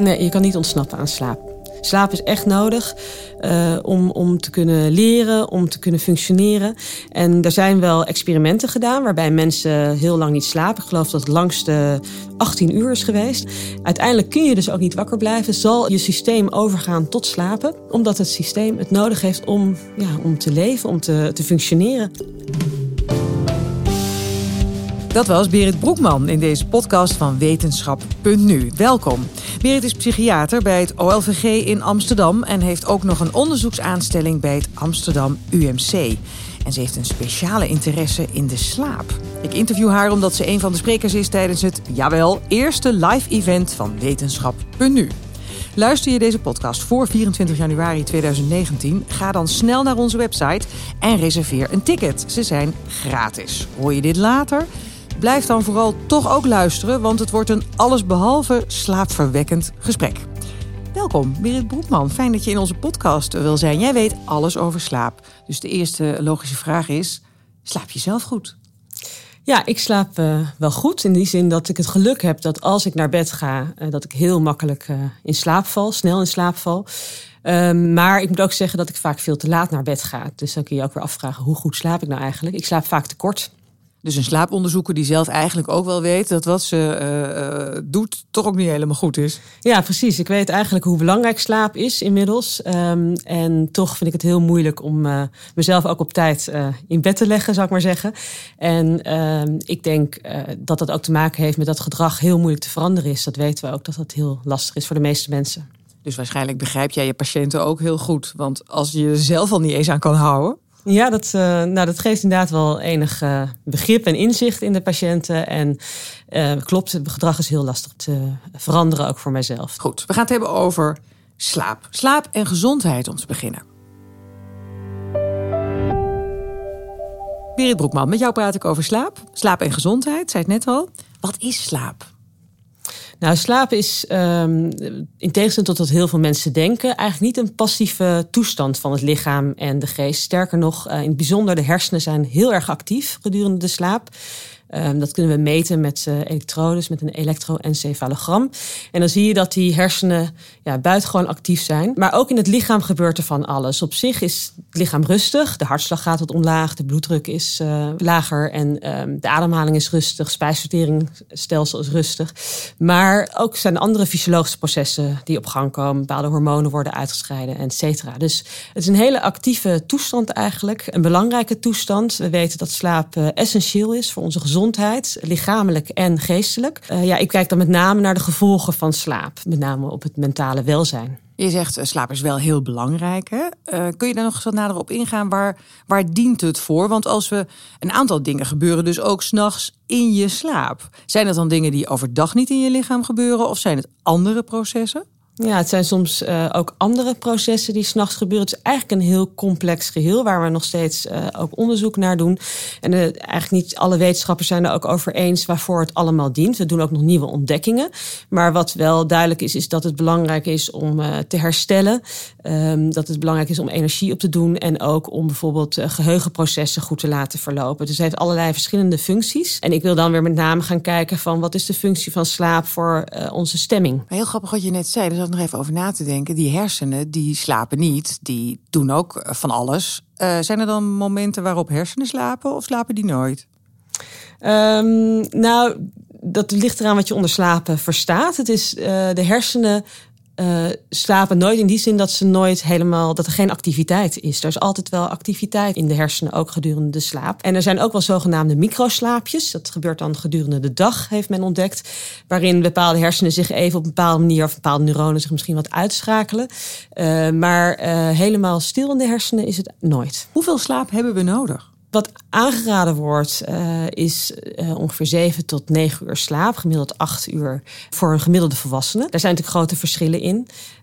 Nee, je kan niet ontsnappen aan slaap. Slaap is echt nodig om te kunnen leren, om te kunnen functioneren. En er zijn wel experimenten gedaan waarbij mensen heel lang niet slapen. Ik geloof dat het langste 18 uur is geweest. Uiteindelijk kun je dus ook niet wakker blijven. Zal je systeem overgaan tot slapen. Omdat het systeem het nodig heeft om te leven, om te functioneren. Dat was Berit Broekman in deze podcast van Wetenschap.nu. Welkom. Berit is psychiater bij het OLVG in Amsterdam en heeft ook nog een onderzoeksaanstelling bij het Amsterdam UMC. En ze heeft een speciale interesse in de slaap. Ik interview haar omdat ze een van de sprekers is tijdens het, eerste live event van Wetenschap.nu. Luister je deze podcast voor 24 januari 2019? Ga dan snel naar onze website en reserveer een ticket. Ze zijn gratis. Hoor je dit later? Blijf dan vooral toch ook luisteren, want het wordt een allesbehalve slaapverwekkend gesprek. Welkom, Berit Broekman. Fijn dat je in onze podcast wil zijn. Jij weet alles over slaap. Dus de eerste logische vraag is, slaap je zelf goed? Ja, ik slaap wel goed. In die zin dat ik het geluk heb dat als ik naar bed ga, dat ik heel makkelijk in slaap val, snel in slaap val. Maar ik moet ook zeggen dat ik vaak veel te laat naar bed ga. Dus dan kun je ook weer afvragen, hoe goed slaap ik nou eigenlijk? Ik slaap vaak te kort. Dus een slaaponderzoeker die zelf eigenlijk ook wel weet dat wat ze doet toch ook niet helemaal goed is. Ja, precies. Ik weet eigenlijk hoe belangrijk slaap is inmiddels. En toch vind ik het heel moeilijk om mezelf ook op tijd in bed te leggen, zou ik maar zeggen. En ik denk dat dat ook te maken heeft met dat gedrag heel moeilijk te veranderen is. Dat weten we ook, dat dat heel lastig is voor de meeste mensen. Dus waarschijnlijk begrijp jij je patiënten ook heel goed. Want als je jezelf al niet eens aan kan houden. Ja, dat geeft inderdaad wel enig begrip en inzicht in de patiënten. En klopt, het gedrag is heel lastig te veranderen, ook voor mijzelf. Goed, we gaan het hebben over slaap. Slaap en gezondheid om te beginnen. Berit Broekman, met jou praat ik over slaap. Slaap en gezondheid, zei het net al. Wat is slaap? Nou, slaap is, in tegenstelling tot wat heel veel mensen denken, eigenlijk niet een passieve toestand van het lichaam en de geest. Sterker nog, in het bijzonder de hersenen zijn heel erg actief gedurende de slaap. Dat kunnen we meten met elektrodes, met een elektroencefalogram. En dan zie je dat die hersenen buitengewoon actief zijn. Maar ook in het lichaam gebeurt er van alles. Op zich is het lichaam rustig. De hartslag gaat wat omlaag, de bloeddruk is lager en de ademhaling is rustig. Spijsverteringsstelsel is rustig. Maar ook zijn andere fysiologische processen die op gang komen. Bepaalde hormonen worden uitgescheiden, et cetera. Dus het is een hele actieve toestand eigenlijk. Een belangrijke toestand. We weten dat slaap essentieel is voor onze gezondheid, lichamelijk en geestelijk. Ik kijk dan met name naar de gevolgen van slaap. Met name op het mentale welzijn. Je zegt, slaap is wel heel belangrijk. Hè? Kun je daar nog eens wat nader op ingaan? Waar dient het voor? Want als we een aantal dingen gebeuren dus ook 's nachts in je slaap. Zijn het dan dingen die overdag niet in je lichaam gebeuren? Of zijn het andere processen? Ja, het zijn soms ook andere processen die 's nachts gebeuren. Het is eigenlijk een heel complex geheel waar we nog steeds ook onderzoek naar doen. En eigenlijk niet alle wetenschappers zijn er ook over eens waarvoor het allemaal dient. We doen ook nog nieuwe ontdekkingen. Maar wat wel duidelijk is dat het belangrijk is om te herstellen. Dat het belangrijk is om energie op te doen. En ook om bijvoorbeeld geheugenprocessen goed te laten verlopen. Dus het heeft allerlei verschillende functies. En ik wil dan weer met name gaan kijken van wat is de functie van slaap voor onze stemming. Maar heel grappig wat je net zei. Dus nog even over na te denken. Die hersenen, die slapen niet. Die doen ook van alles. Zijn er dan momenten waarop hersenen slapen of slapen die nooit? Dat ligt eraan wat je onder slapen verstaat. Het is de hersenen slapen nooit in die zin dat ze nooit helemaal, dat er geen activiteit is. Er is altijd wel activiteit in de hersenen, ook gedurende de slaap. En er zijn ook wel zogenaamde microslaapjes. Dat gebeurt dan gedurende de dag, heeft men ontdekt. Waarin bepaalde hersenen zich even op een bepaalde manier, of bepaalde neuronen zich misschien wat uitschakelen. Maar helemaal stil in de hersenen is het nooit. Hoeveel slaap hebben we nodig? Wat aangeraden wordt is ongeveer 7 tot 9 uur slaap. Gemiddeld 8 uur voor een gemiddelde volwassene. Daar zijn natuurlijk grote verschillen in.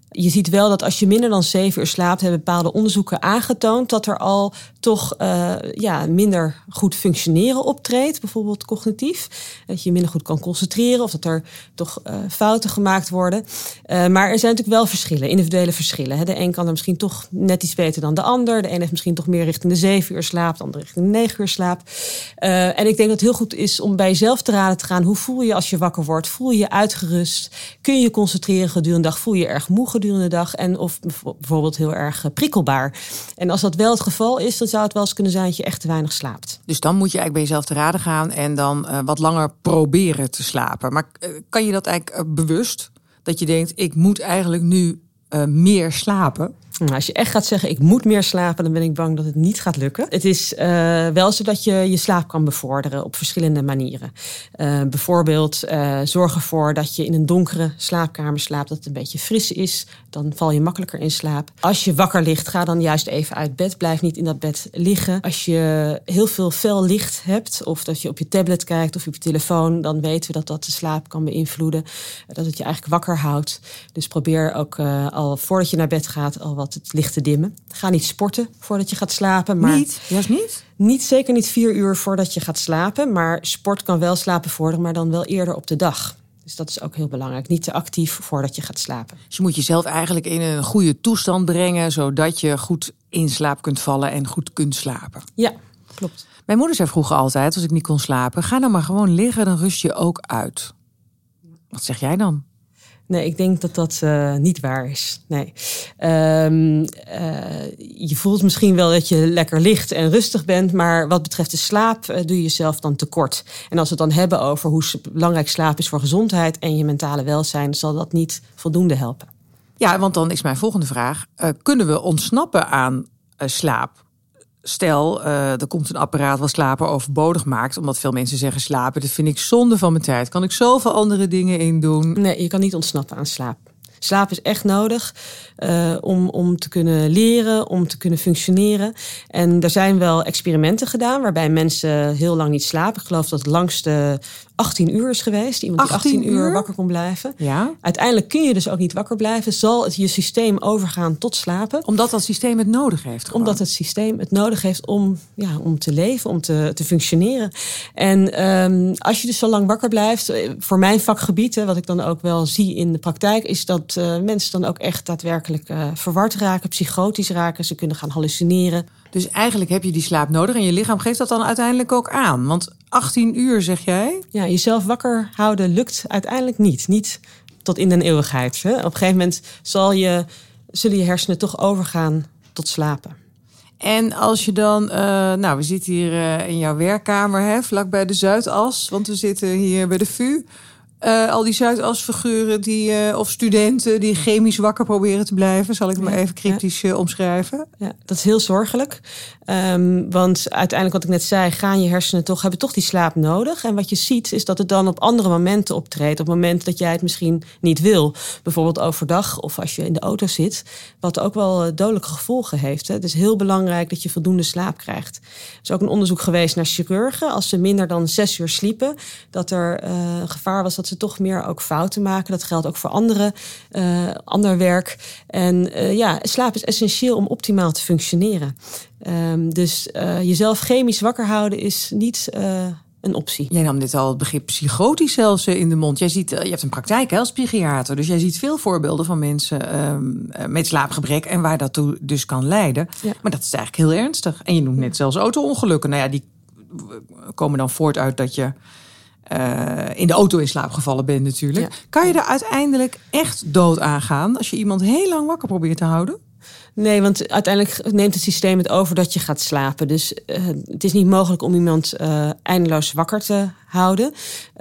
Je ziet wel dat als je minder dan 7 uur slaapt, hebben bepaalde onderzoeken aangetoond dat er al toch minder goed functioneren optreedt, bijvoorbeeld cognitief. Dat je minder goed kan concentreren of dat er toch fouten gemaakt worden. Maar er zijn natuurlijk wel verschillen, individuele verschillen. De een kan er misschien toch net iets beter dan de ander. De een heeft misschien toch meer richting de 7 uur slaap, de ander richting de 9 uur slaap. En ik denk dat het heel goed is om bij jezelf te raden te gaan. Hoe voel je als je wakker wordt? Voel je je uitgerust? Kun je je concentreren gedurende de dag? Voel je je erg moe gedurende de dag? En of bijvoorbeeld heel erg prikkelbaar? En als dat wel het geval is, dan zou het wel eens kunnen zijn dat je echt te weinig slaapt. Dus dan moet je eigenlijk bij jezelf te raden gaan en dan wat langer proberen te slapen. Maar kan je dat eigenlijk bewust? Dat je denkt, ik moet eigenlijk nu meer slapen? Nou, als je echt gaat zeggen, ik moet meer slapen, dan ben ik bang dat het niet gaat lukken. Het is wel zo dat je je slaap kan bevorderen op verschillende manieren. Bijvoorbeeld zorg ervoor dat je in een donkere slaapkamer slaapt, dat het een beetje fris is. Dan val je makkelijker in slaap. Als je wakker ligt, ga dan juist even uit bed. Blijf niet in dat bed liggen. Als je heel veel fel licht hebt, of dat je op je tablet kijkt of op je telefoon, dan weten we dat de slaap kan beïnvloeden. Dat het je eigenlijk wakker houdt. Dus probeer ook al voordat je naar bed gaat al wat het licht te dimmen. Ga niet sporten voordat je gaat slapen. Maar niet? Juist niet? Zeker niet 4 uur voordat je gaat slapen. Maar sport kan wel slapen vorderen, maar dan wel eerder op de dag. Dus dat is ook heel belangrijk. Niet te actief voordat je gaat slapen. Dus je moet jezelf eigenlijk in een goede toestand brengen, zodat je goed in slaap kunt vallen en goed kunt slapen. Ja, klopt. Mijn moeder zei vroeger altijd, als ik niet kon slapen, ga nou maar gewoon liggen, dan rust je ook uit. Wat zeg jij dan? Nee, ik denk dat dat niet waar is. Nee. Je voelt misschien wel dat je lekker ligt en rustig bent, maar wat betreft de slaap doe je jezelf dan tekort. En als we het dan hebben over hoe belangrijk slaap is voor gezondheid en je mentale welzijn, zal dat niet voldoende helpen. Ja, want dan is mijn volgende vraag. Kunnen we ontsnappen aan slaap? Stel, er komt een apparaat wat slapen overbodig maakt, omdat veel mensen zeggen slapen, dat vind ik zonde van mijn tijd. Kan ik zoveel andere dingen in doen? Nee, je kan niet ontsnappen aan slaap. Slaap is echt nodig om te kunnen leren, om te kunnen functioneren. En er zijn wel experimenten gedaan waarbij mensen heel lang niet slapen. Ik geloof dat het langste 18 uur is geweest. Iemand die 18 uur wakker kon blijven. Ja. Uiteindelijk kun je dus ook niet wakker blijven. Zal het je systeem overgaan tot slapen. Omdat dat systeem het nodig heeft. Gewoon. Omdat het systeem het nodig heeft om te leven, om te functioneren. En als je dus zo lang wakker blijft, voor mijn vakgebied, wat ik dan ook wel zie in de praktijk, is dat mensen dan ook echt daadwerkelijk verward raken, psychotisch raken. Ze kunnen gaan hallucineren. Dus eigenlijk heb je die slaap nodig en je lichaam geeft dat dan uiteindelijk ook aan. Want 18 uur, zeg jij? Ja, jezelf wakker houden lukt uiteindelijk niet. Niet tot in den eeuwigheid. Hè? Op een gegeven moment zullen je hersenen toch overgaan tot slapen. En als je dan, we zitten hier in jouw werkkamer, vlakbij de Zuidas. Want we zitten hier bij de VU. Al die Zuidasfiguren of studenten die chemisch wakker proberen te blijven. Zal ik maar even cryptisch omschrijven. Ja, dat is heel zorgelijk. Want uiteindelijk, wat ik net zei, je hersenen hebben toch die slaap nodig. En wat je ziet is dat het dan op andere momenten optreedt. Op het moment dat jij het misschien niet wil. Bijvoorbeeld overdag of als je in de auto zit. Wat ook wel dodelijke gevolgen heeft. Hè. Het is heel belangrijk dat je voldoende slaap krijgt. Er is ook een onderzoek geweest naar chirurgen. Als ze minder dan 6 uur sliepen, dat er gevaar was dat ze toch meer ook fouten maken. Dat geldt ook voor ander werk. En slaap is essentieel om optimaal te functioneren. Dus jezelf chemisch wakker houden is niet een optie. Jij nam dit al het begrip psychotisch zelfs in de mond. Je hebt een praktijk als psychiater, dus jij ziet veel voorbeelden van mensen met slaapgebrek en waar dat toe dus kan leiden. Ja. Maar dat is eigenlijk heel ernstig. En je noemt net zelfs auto-ongelukken. Nou ja, die komen dan voort uit dat je in de auto in slaap gevallen bent natuurlijk. Ja. Kan je er uiteindelijk echt dood aan gaan als je iemand heel lang wakker probeert te houden? Nee, want uiteindelijk neemt het systeem het over dat je gaat slapen. Dus het is niet mogelijk om iemand eindeloos wakker te houden.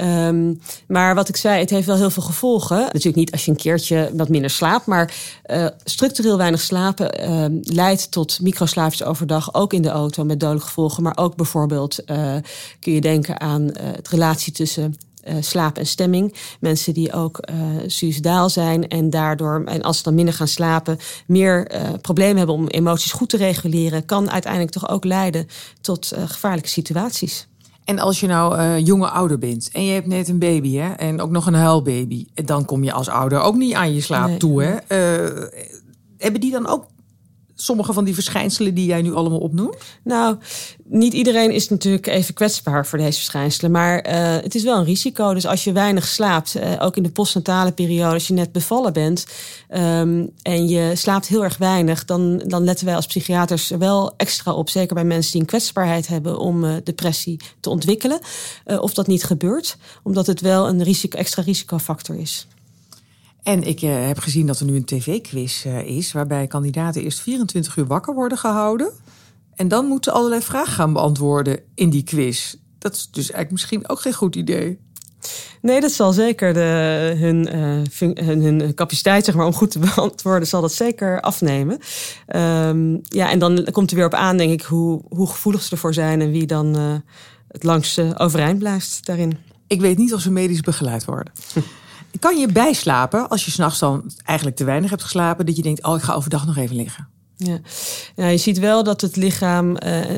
Maar wat ik zei, het heeft wel heel veel gevolgen. Natuurlijk niet als je een keertje wat minder slaapt. Maar structureel weinig slapen leidt tot microslaapjes overdag. Ook in de auto met dodelijke gevolgen. Maar ook bijvoorbeeld kun je denken aan het relatie tussen slaap en stemming. Mensen die ook suïcidaal zijn en daardoor, en als ze dan minder gaan slapen, meer problemen hebben om emoties goed te reguleren, kan uiteindelijk toch ook leiden tot gevaarlijke situaties. En als je nou jonge ouder bent en je hebt net een baby, hè, en ook nog een huilbaby, dan kom je als ouder ook niet aan je slaap toe. Hè? Hebben die dan ook sommige van die verschijnselen die jij nu allemaal opnoemt? Nou, niet iedereen is natuurlijk even kwetsbaar voor deze verschijnselen. Maar het is wel een risico. Dus als je weinig slaapt, ook in de postnatale periode, als je net bevallen bent en je slaapt heel erg weinig, dan letten wij als psychiaters er wel extra op. Zeker bij mensen die een kwetsbaarheid hebben om depressie te ontwikkelen. Of dat niet gebeurt, omdat het wel een extra risicofactor is. En ik heb gezien dat er nu een tv-quiz is, waarbij kandidaten eerst 24 uur wakker worden gehouden. En dan moeten allerlei vragen gaan beantwoorden in die quiz. Dat is dus eigenlijk misschien ook geen goed idee. Nee, dat zal zeker hun capaciteit, zeg maar, om goed te beantwoorden, zal dat zeker afnemen. En dan komt er weer op aan, denk ik, hoe gevoelig ze ervoor zijn en wie dan het langst overeind blijft daarin. Ik weet niet of ze medisch begeleid worden. Kan je bijslapen als je 's nachts dan eigenlijk te weinig hebt geslapen, dat je denkt, ik ga overdag nog even liggen? Ja. Nou, je ziet wel dat het lichaam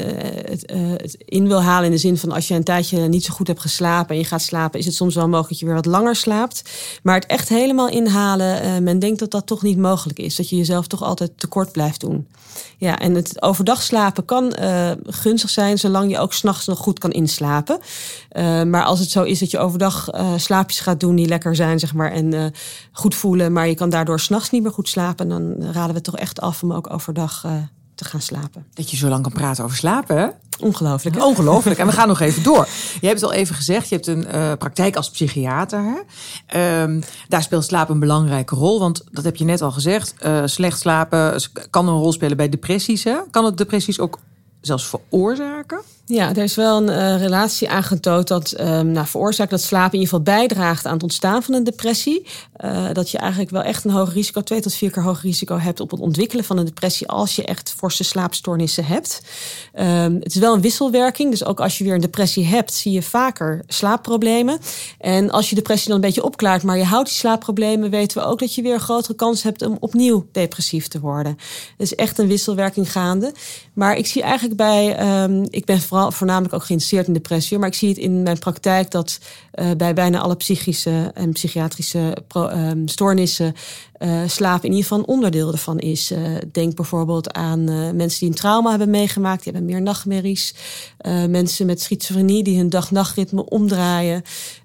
het in wil halen in de zin van als je een tijdje niet zo goed hebt geslapen en je gaat slapen, is het soms wel mogelijk dat je weer wat langer slaapt. Maar het echt helemaal inhalen, men denkt dat dat toch niet mogelijk is. Dat je jezelf toch altijd tekort blijft doen. Ja, en het overdag slapen kan gunstig zijn, zolang je ook 's nachts nog goed kan inslapen. Maar als het zo is dat je overdag slaapjes gaat doen die lekker zijn, zeg maar, en goed voelen, maar je kan daardoor 's nachts niet meer goed slapen, dan raden we toch echt af om ook overdag te gaan slapen. Dat je zo lang kan praten over slapen, hè? Ongelooflijk. Hè? Ongelooflijk. En we gaan nog even door. Je hebt het al even gezegd, je hebt een praktijk als psychiater. Hè? Daar speelt slaap een belangrijke rol. Want dat heb je net al gezegd. Slecht slapen kan een rol spelen bij depressies. Hè? Kan het depressies ook zelfs veroorzaken? Ja, er is wel een relatie aangetoond dat veroorzaakt dat slaap in ieder geval bijdraagt aan het ontstaan van een depressie. Dat je eigenlijk wel echt een hoger risico, 2 tot 4 keer hoger risico hebt op het ontwikkelen van een depressie als je echt forse slaapstoornissen hebt. Het is wel een wisselwerking, dus ook als je weer een depressie hebt, zie je vaker slaapproblemen. En als je depressie dan een beetje opklaart, maar je houdt die slaapproblemen, weten we ook dat je weer een grotere kans hebt om opnieuw depressief te worden. Het is echt een wisselwerking gaande. Maar ik zie eigenlijk ik ben voornamelijk ook geïnteresseerd in depressie, maar ik zie het in mijn praktijk dat bij bijna alle psychische en psychiatrische stoornissen slaap in ieder geval een onderdeel ervan is. Denk bijvoorbeeld aan mensen die een trauma hebben meegemaakt, die hebben meer nachtmerries. Mensen met schizofrenie die hun dag-nachtritme omdraaien.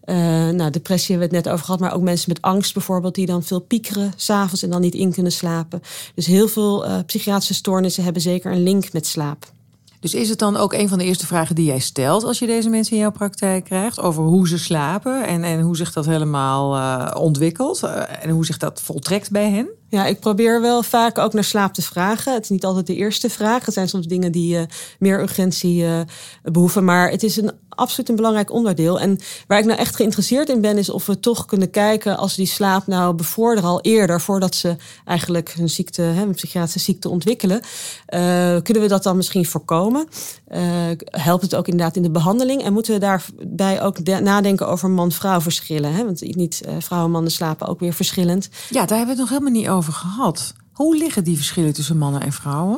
Depressie hebben we het net over gehad, maar ook mensen met angst bijvoorbeeld, die dan veel piekeren 's avonds en dan niet in kunnen slapen. Dus heel veel psychiatrische stoornissen hebben zeker een link met slaap. Dus is het dan ook een van de eerste vragen die jij stelt als je deze mensen in jouw praktijk krijgt, over hoe ze slapen en hoe zich dat helemaal ontwikkelt en hoe zich dat voltrekt bij hen? Ja, ik probeer wel vaak ook naar slaap te vragen. Het is niet altijd de eerste vraag. Het zijn soms dingen die meer urgentie behoeven. Maar het is absoluut een belangrijk onderdeel. En waar ik nou echt geïnteresseerd in ben, is of we toch kunnen kijken als we die slaap nou bevorderen al eerder, voordat ze eigenlijk hun ziekte, een psychiatrische ziekte ontwikkelen. Kunnen we dat dan misschien voorkomen? Helpt het ook inderdaad in de behandeling? En moeten we daarbij ook nadenken over man-vrouw verschillen? Hè? Want niet vrouwen en mannen slapen ook weer verschillend. Ja, daar hebben we het nog helemaal niet over gehad. Hoe liggen die verschillen tussen mannen en vrouwen?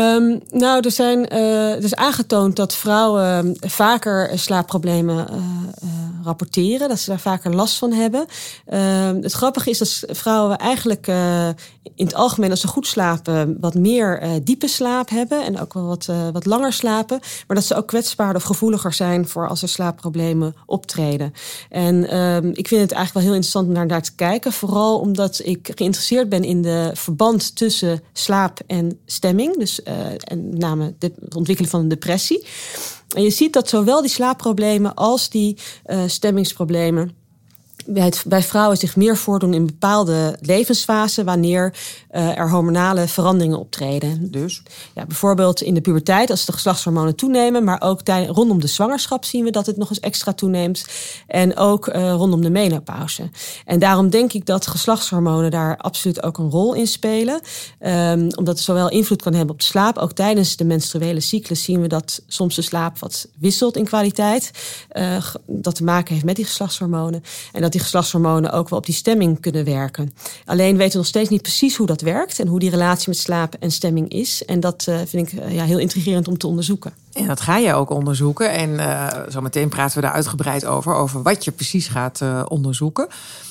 Er is aangetoond dat vrouwen vaker slaapproblemen rapporteren. Dat ze daar vaker last van hebben. Het grappige is dat vrouwen eigenlijk in het algemeen, als ze goed slapen, wat meer diepe slaap hebben. En ook wel wat langer slapen. Maar dat ze ook kwetsbaarder of gevoeliger zijn voor als er slaapproblemen optreden. En ik vind het eigenlijk wel heel interessant om naar te kijken. Vooral omdat ik geïnteresseerd ben in de verband tussen slaap en stemming. Dus en met name het ontwikkelen van een depressie. En je ziet dat zowel die slaapproblemen als die stemmingsproblemen bij vrouwen zich meer voordoen in bepaalde levensfasen wanneer er hormonale veranderingen optreden. Dus? Ja, bijvoorbeeld in de puberteit als de geslachtshormonen toenemen, maar ook rondom de zwangerschap zien we dat het nog eens extra toeneemt. En ook rondom de menopauze. En daarom denk ik dat geslachtshormonen daar absoluut ook een rol in spelen. Omdat het zowel invloed kan hebben op de slaap. Ook tijdens de menstruele cyclus zien we dat soms de slaap wat wisselt in kwaliteit. Dat te maken heeft met die geslachtshormonen. En dat die geslachtshormonen ook wel op die stemming kunnen werken. Alleen weten we nog steeds niet precies hoe dat werkt en hoe die relatie met slaap en stemming is. En dat vind ik heel intrigerend om te onderzoeken. En dat ga je ook onderzoeken. En zometeen praten we daar uitgebreid over wat je precies gaat onderzoeken.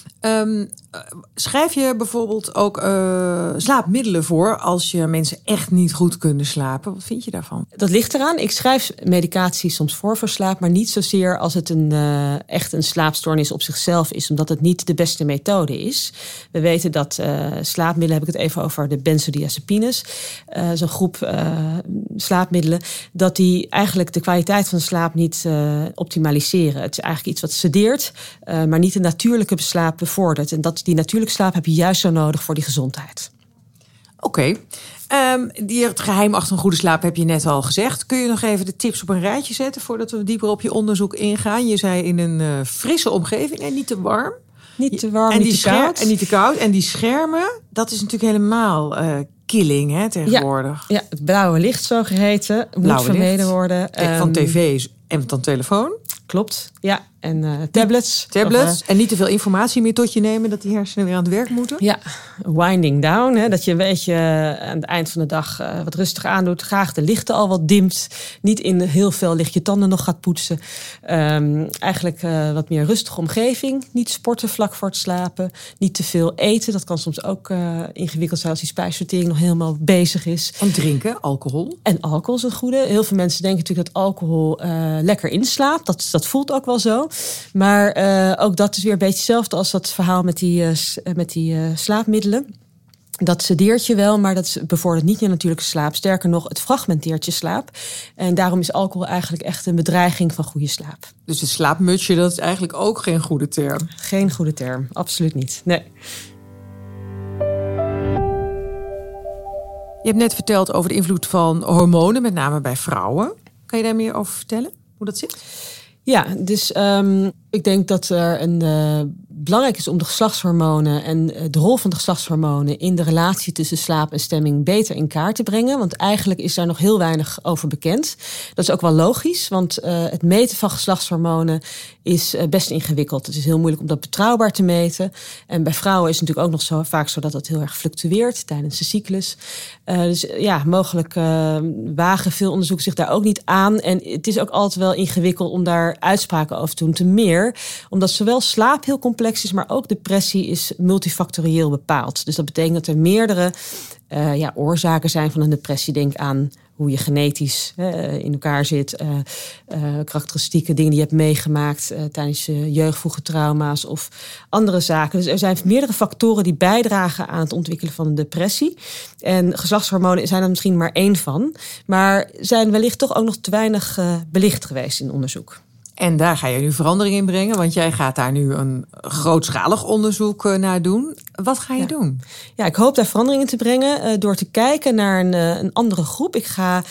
Schrijf je bijvoorbeeld ook slaapmiddelen voor als je mensen echt niet goed kunnen slapen? Wat vind je daarvan? Dat ligt eraan. Ik schrijf medicatie soms voor slaap, maar niet zozeer als het echt een slaapstoornis op zichzelf is, omdat het niet de beste methode is. We weten dat slaapmiddelen, heb ik het even over de benzodiazepines, zo'n groep slaapmiddelen, dat die eigenlijk de kwaliteit van de slaap niet optimaliseren. Het is eigenlijk iets wat sedeert, maar niet een natuurlijke slaap bevordert. En die natuurlijke slaap heb je juist zo nodig voor die gezondheid. Oké. Het geheim achter een goede slaap heb je net al gezegd. Kun je nog even de tips op een rijtje zetten voordat we dieper op je onderzoek ingaan? Je zei in een frisse omgeving en niet te warm. Niet te warm, niet te koud. En niet te koud. En die schermen, dat is natuurlijk helemaal killing tegenwoordig. Ja, het blauwe licht zo geheten. Moet vermeden worden. Van tv's en van telefoon. Klopt, ja. En tablets. En niet te veel informatie meer tot je nemen, dat die hersenen weer aan het werk moeten. Ja, winding down. Dat je een beetje aan het eind van de dag wat rustig aandoet. Graag de lichten al wat dimt. Niet in heel veel licht je tanden nog gaat poetsen. Eigenlijk wat meer rustige omgeving. Niet sporten vlak voor het slapen. Niet te veel eten. Dat kan soms ook ingewikkeld zijn als die spijsvertering nog helemaal bezig is. En drinken, alcohol. En alcohol is een goede. Heel veel mensen denken natuurlijk dat alcohol lekker inslaapt. Dat voelt ook wel zo. Maar ook dat is weer een beetje hetzelfde als dat verhaal met die slaapmiddelen. Dat sedeert je wel, maar dat bevordert niet je natuurlijke slaap. Sterker nog, het fragmenteert je slaap. En daarom is alcohol eigenlijk echt een bedreiging van goede slaap. Dus het slaapmutsje, dat is eigenlijk ook geen goede term? Geen goede term, absoluut niet. Nee. Je hebt net verteld over de invloed van hormonen, met name bij vrouwen. Kan je daar meer over vertellen, hoe dat zit? Ja, dus ik denk dat er belangrijk is om de geslachtshormonen en de rol van de geslachtshormonen in de relatie tussen slaap en stemming beter in kaart te brengen. Want eigenlijk is daar nog heel weinig over bekend. Dat is ook wel logisch, want het meten van geslachtshormonen is best ingewikkeld. Het is heel moeilijk om dat betrouwbaar te meten. En bij vrouwen is het natuurlijk ook nog vaak zo dat het heel erg fluctueert tijdens de cyclus. Dus ja, mogelijk wagen veel onderzoek zich daar ook niet aan. En het is ook altijd wel ingewikkeld om daar uitspraken over te doen. Te meer, omdat zowel slaap heel complex is, maar ook depressie is multifactorieel bepaald. Dus dat betekent dat er meerdere oorzaken zijn van een depressie. Denk aan hoe je genetisch in elkaar zit, karakteristieke dingen die je hebt meegemaakt tijdens je jeugd, vroege trauma's of andere zaken. Dus er zijn meerdere factoren die bijdragen aan het ontwikkelen van een depressie. En geslachtshormonen zijn er misschien maar één van, maar zijn wellicht toch ook nog te weinig belicht geweest in onderzoek. En daar ga je nu verandering in brengen, want jij gaat daar nu een grootschalig onderzoek naar doen. Wat ga je doen? Ja, ik hoop daar verandering in te brengen door te kijken naar een andere groep. Ik ga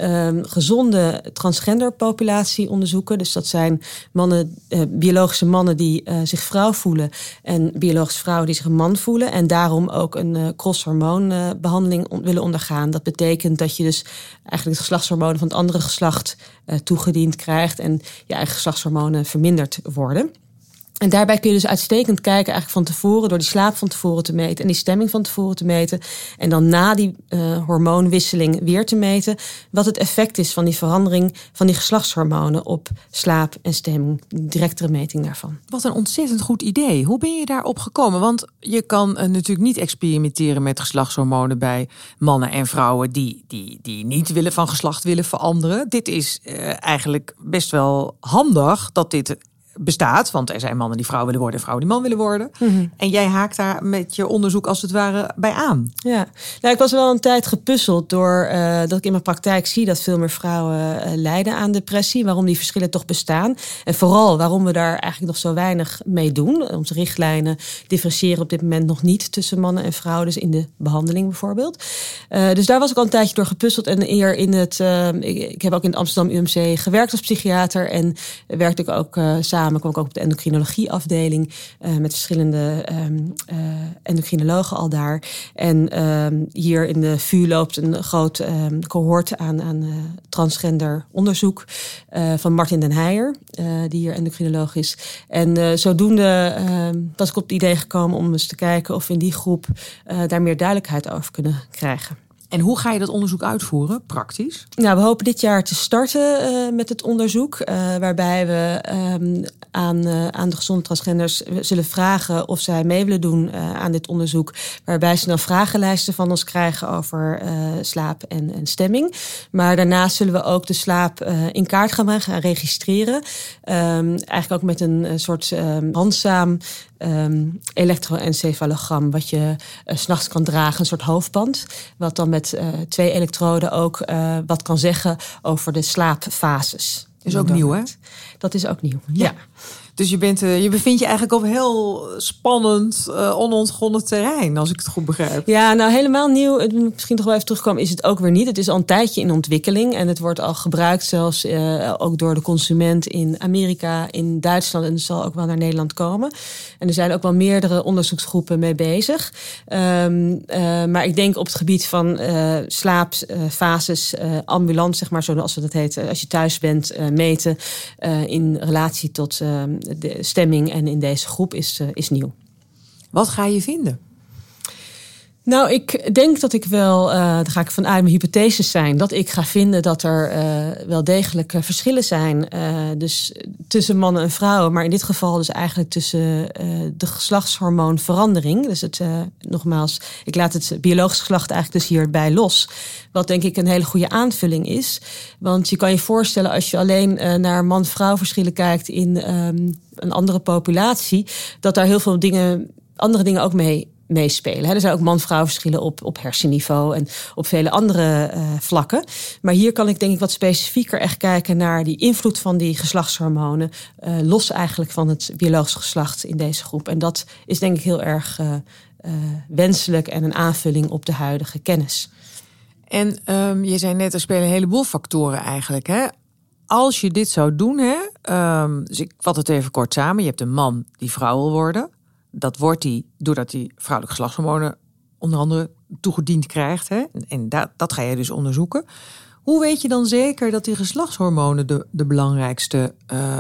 gezonde transgenderpopulatie onderzoeken. Dus dat zijn biologische mannen die zich vrouw voelen en biologische vrouwen die zich een man voelen. En daarom ook een crosshormoonbehandeling willen ondergaan. Dat betekent dat je dus eigenlijk het geslachtshormonen van het andere geslacht toegediend krijgt en je eigen geslachtshormonen verminderd worden. En daarbij kun je dus uitstekend kijken eigenlijk van tevoren, door die slaap van tevoren te meten en die stemming van tevoren te meten. En dan na die hormoonwisseling weer te meten wat het effect is van die verandering van die geslachtshormonen op slaap en stemming. Directere meting daarvan. Wat een ontzettend goed idee. Hoe ben je daarop gekomen? Want je kan natuurlijk niet experimenteren met geslachtshormonen bij mannen en vrouwen die niet van geslacht willen veranderen. Dit is eigenlijk best wel handig dat dit bestaat, want er zijn mannen die vrouw willen worden en vrouwen die man willen worden. Mm-hmm. En jij haakt daar met je onderzoek als het ware bij aan. Ja, ik was wel een tijd gepuzzeld door dat ik in mijn praktijk zie dat veel meer vrouwen lijden aan depressie, waarom die verschillen toch bestaan. En vooral waarom we daar eigenlijk nog zo weinig mee doen. Onze richtlijnen differentiëren op dit moment nog niet tussen mannen en vrouwen, dus in de behandeling bijvoorbeeld. Dus daar was ik al een tijdje door gepuzzeld. En eer in ik heb ook in het Amsterdam UMC gewerkt als psychiater en werkte ik ook samen samen kwam ik ook op de endocrinologieafdeling met verschillende endocrinologen al daar. En hier in de VU loopt een groot cohort aan transgender onderzoek van Martin den Heijer, die hier endocrinoloog is. En zodoende was ik op het idee gekomen om eens te kijken of we in die groep daar meer duidelijkheid over kunnen krijgen. En hoe ga je dat onderzoek uitvoeren, praktisch? Nou, we hopen dit jaar te starten met het onderzoek. Waarbij we aan de gezonde transgenders zullen vragen of zij mee willen doen aan dit onderzoek. Waarbij ze dan vragenlijsten van ons krijgen over slaap en stemming. Maar daarnaast zullen we ook de slaap in kaart gaan brengen, gaan registreren. Eigenlijk ook met een soort handzaam elektroencefalogram, wat je 's nachts kan dragen, een soort hoofdband. Wat dan met 2 elektroden ook wat kan zeggen over de slaapfases. Dat is ook nieuw, hè? Dat is ook nieuw, ja. Dus je bevindt je eigenlijk op heel spannend, onontgonnen terrein, als ik het goed begrijp. Ja, nou helemaal nieuw, misschien toch wel even terugkomen, is het ook weer niet. Het is al een tijdje in ontwikkeling en het wordt al gebruikt zelfs ook door de consument in Amerika, in Duitsland en het zal ook wel naar Nederland komen. En er zijn ook wel meerdere onderzoeksgroepen mee bezig. Maar ik denk op het gebied van slaapfases, ambulant, zeg maar, zoals we dat heten, als je thuis bent, meten in relatie tot de stemming en in deze groep is nieuw. Wat ga je vinden? Nou, ik denk dat ik wel, daar ga ik vanuit mijn hypotheses zijn, dat ik ga vinden dat er wel degelijk verschillen zijn. Dus tussen mannen en vrouwen, maar in dit geval dus eigenlijk tussen de geslachtshormoonverandering. Dus nogmaals, ik laat het biologisch geslacht eigenlijk dus hierbij los. Wat denk ik een hele goede aanvulling is. Want je kan je voorstellen als je alleen naar man-vrouw verschillen kijkt in een andere populatie, dat daar heel veel andere dingen ook meespelen. Er zijn ook man-vrouw verschillen op hersenniveau en op vele andere vlakken. Maar hier kan ik denk ik wat specifieker echt kijken naar die invloed van die geslachtshormonen, los eigenlijk van het biologisch geslacht in deze groep. En dat is denk ik heel erg wenselijk en een aanvulling op de huidige kennis. En je zei net, er spelen een heleboel factoren eigenlijk, hè? Als je dit zou doen, hè? Dus ik vat het even kort samen. Je hebt een man die vrouw wil worden. Dat wordt hij doordat hij vrouwelijke geslachtshormonen onder andere toegediend krijgt. Hè? En dat ga je dus onderzoeken. Hoe weet je dan zeker dat die geslachtshormonen de belangrijkste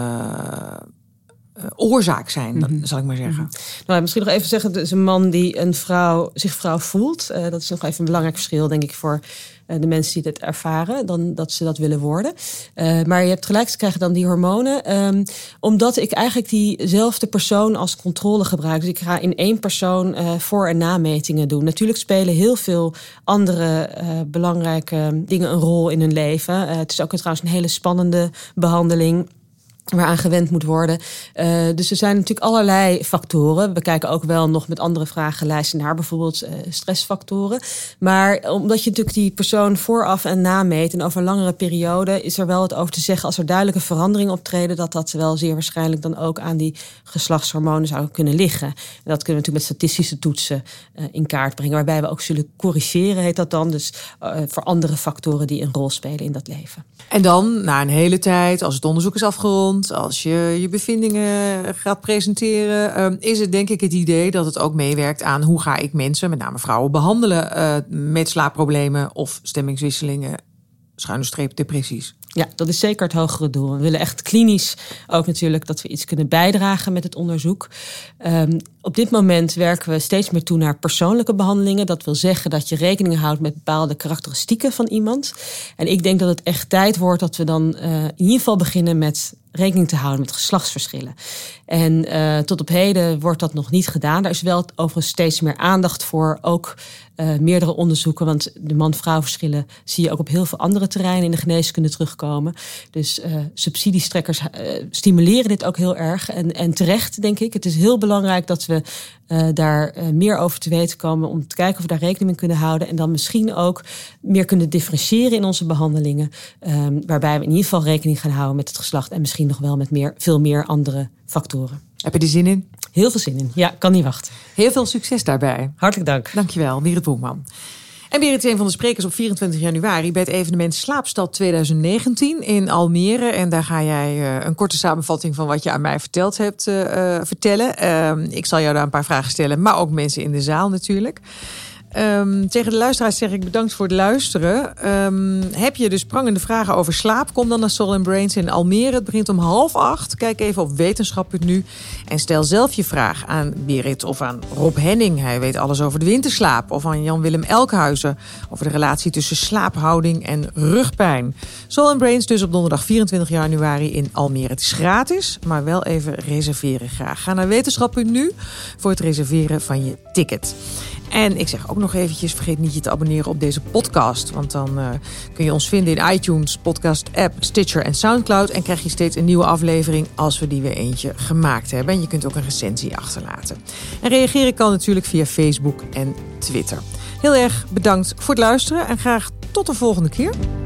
oorzaak zijn, zal ik maar zeggen? Nou, misschien nog even zeggen, het is een man die zich vrouw voelt. Dat is nog even een belangrijk verschil, denk ik, voor de mensen die dit ervaren, dan dat ze dat willen worden. Maar je hebt gelijk, ze krijgen dan die hormonen. Omdat ik eigenlijk diezelfde persoon als controle gebruik. Dus ik ga in 1 persoon voor- en nametingen doen. Natuurlijk spelen heel veel andere belangrijke dingen een rol in hun leven. Het is ook trouwens een hele spannende behandeling waaraan gewend moet worden. Dus er zijn natuurlijk allerlei factoren. We kijken ook wel nog met andere vragenlijsten naar bijvoorbeeld stressfactoren. Maar omdat je natuurlijk die persoon vooraf en nameet en over een langere periode, is er wel wat over te zeggen als er duidelijke veranderingen optreden, dat wel zeer waarschijnlijk dan ook aan die geslachtshormonen zou kunnen liggen. En dat kunnen we natuurlijk met statistische toetsen in kaart brengen, waarbij we ook zullen corrigeren, heet dat dan. Dus voor andere factoren die een rol spelen in dat leven. En dan, na een hele tijd, als het onderzoek is afgerond, als je je bevindingen gaat presenteren, is het denk ik het idee dat het ook meewerkt aan hoe ga ik mensen, met name vrouwen, behandelen met slaapproblemen of stemmingswisselingen, / depressies. Ja, dat is zeker het hogere doel. We willen echt klinisch ook natuurlijk dat we iets kunnen bijdragen met het onderzoek. Op dit moment werken we steeds meer toe naar persoonlijke behandelingen. Dat wil zeggen dat je rekening houdt met bepaalde karakteristieken van iemand. En ik denk dat het echt tijd wordt dat we dan in ieder geval beginnen met rekening te houden met geslachtsverschillen. En tot op heden wordt dat nog niet gedaan. Daar is wel overigens steeds meer aandacht voor, ook meerdere onderzoeken. Want de man-vrouw verschillen zie je ook op heel veel andere terreinen in de geneeskunde terugkomen. Dus subsidiestrekkers stimuleren dit ook heel erg. En terecht, denk ik. Het is heel belangrijk dat we daar meer over te weten komen om te kijken of we daar rekening mee kunnen houden. En dan misschien ook meer kunnen differentiëren in onze behandelingen. Waarbij we in ieder geval rekening gaan houden met het geslacht en misschien nog wel met veel meer andere factoren. Heb je er zin in? Heel veel zin in. Ja, kan niet wachten. Heel veel succes daarbij. Hartelijk dank. Dankjewel, Berit Broekman. En Berit is een van de sprekers op 24 januari... bij het evenement Slaapstad 2019 in Almere. En daar ga jij een korte samenvatting van wat je aan mij verteld hebt vertellen. Ik zal jou daar een paar vragen stellen, maar ook mensen in de zaal natuurlijk. Tegen de luisteraars zeg ik bedankt voor het luisteren. Heb je dus prangende vragen over slaap? Kom dan naar Soul & Brains in Almere. Het begint om 7:30. Kijk even op wetenschap.nu en stel zelf je vraag aan Berit of aan Rob Henning. Hij weet alles over de winterslaap. Of aan Jan-Willem Elkhuizen over de relatie tussen slaaphouding en rugpijn. Soul & Brains dus op donderdag 24 januari in Almere. Het is gratis, maar wel even reserveren graag. Ga naar wetenschap.nu voor het reserveren van je ticket. En ik zeg ook nog eventjes, vergeet niet je te abonneren op deze podcast. Want dan kun je ons vinden in iTunes, podcast app, Stitcher en Soundcloud. En krijg je steeds een nieuwe aflevering als we die weer eentje gemaakt hebben. En je kunt ook een recensie achterlaten. En reageren kan natuurlijk via Facebook en Twitter. Heel erg bedankt voor het luisteren en graag tot de volgende keer.